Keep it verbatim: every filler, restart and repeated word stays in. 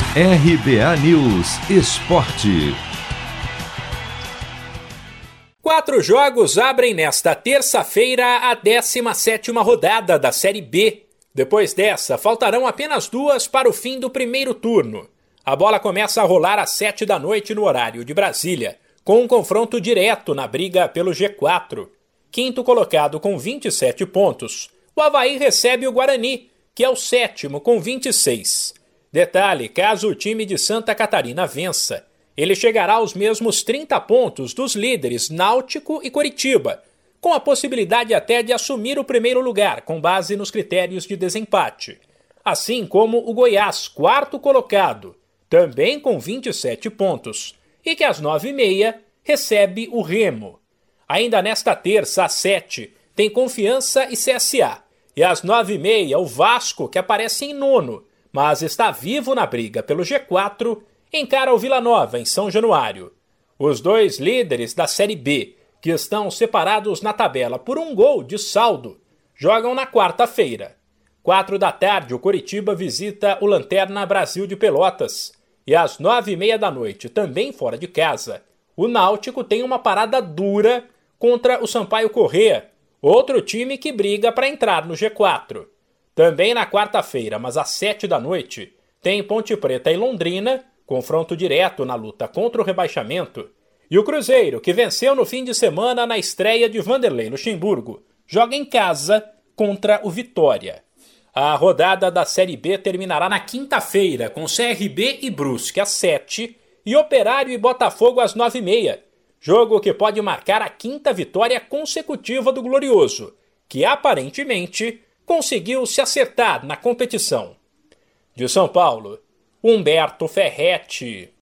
R B A News Esporte. Quatro jogos abrem nesta terça-feira a décima sétima rodada da Série B. Depois dessa, faltarão apenas duas para o fim do primeiro turno. A bola começa a rolar às sete da noite no horário de Brasília, com um confronto direto na briga pelo G quatro. Quinto colocado com vinte e sete pontos, o Avaí recebe o Guarani, que é o sétimo com vinte e seis. Detalhe, caso o time de Santa Catarina vença, ele chegará aos mesmos trinta pontos dos líderes Náutico e Coritiba, com a possibilidade até de assumir o primeiro lugar com base nos critérios de desempate. Assim como o Goiás, quarto colocado, também com vinte e sete pontos, e que às nove e meia recebe o Remo. Ainda nesta terça, às sete, tem Confiança e C S A, e às nove e meia o Vasco, que aparece em nono, mas está vivo na briga pelo G quatro, encara o Vila Nova em São Januário. Os dois líderes da Série B, que estão separados na tabela por um gol de saldo, jogam na quarta-feira. Quatro da tarde, o Coritiba visita o Lanterna Brasil de Pelotas. E às nove e meia da noite, também fora de casa, o Náutico tem uma parada dura contra o Sampaio Corrêa, outro time que briga para entrar no G quatro. Também na quarta-feira, mas às sete da noite, tem Ponte Preta e Londrina, confronto direto na luta contra o rebaixamento. E o Cruzeiro, que venceu no fim de semana na estreia de Vanderlei Luxemburgo, joga em casa contra o Vitória. A rodada da Série B terminará na quinta-feira, com C R B e Brusque às sete e Operário e Botafogo às nove e meia. Jogo que pode marcar a quinta vitória consecutiva do Glorioso, que aparentemente conseguiu se acertar na competição. De São Paulo, Humberto Ferretti.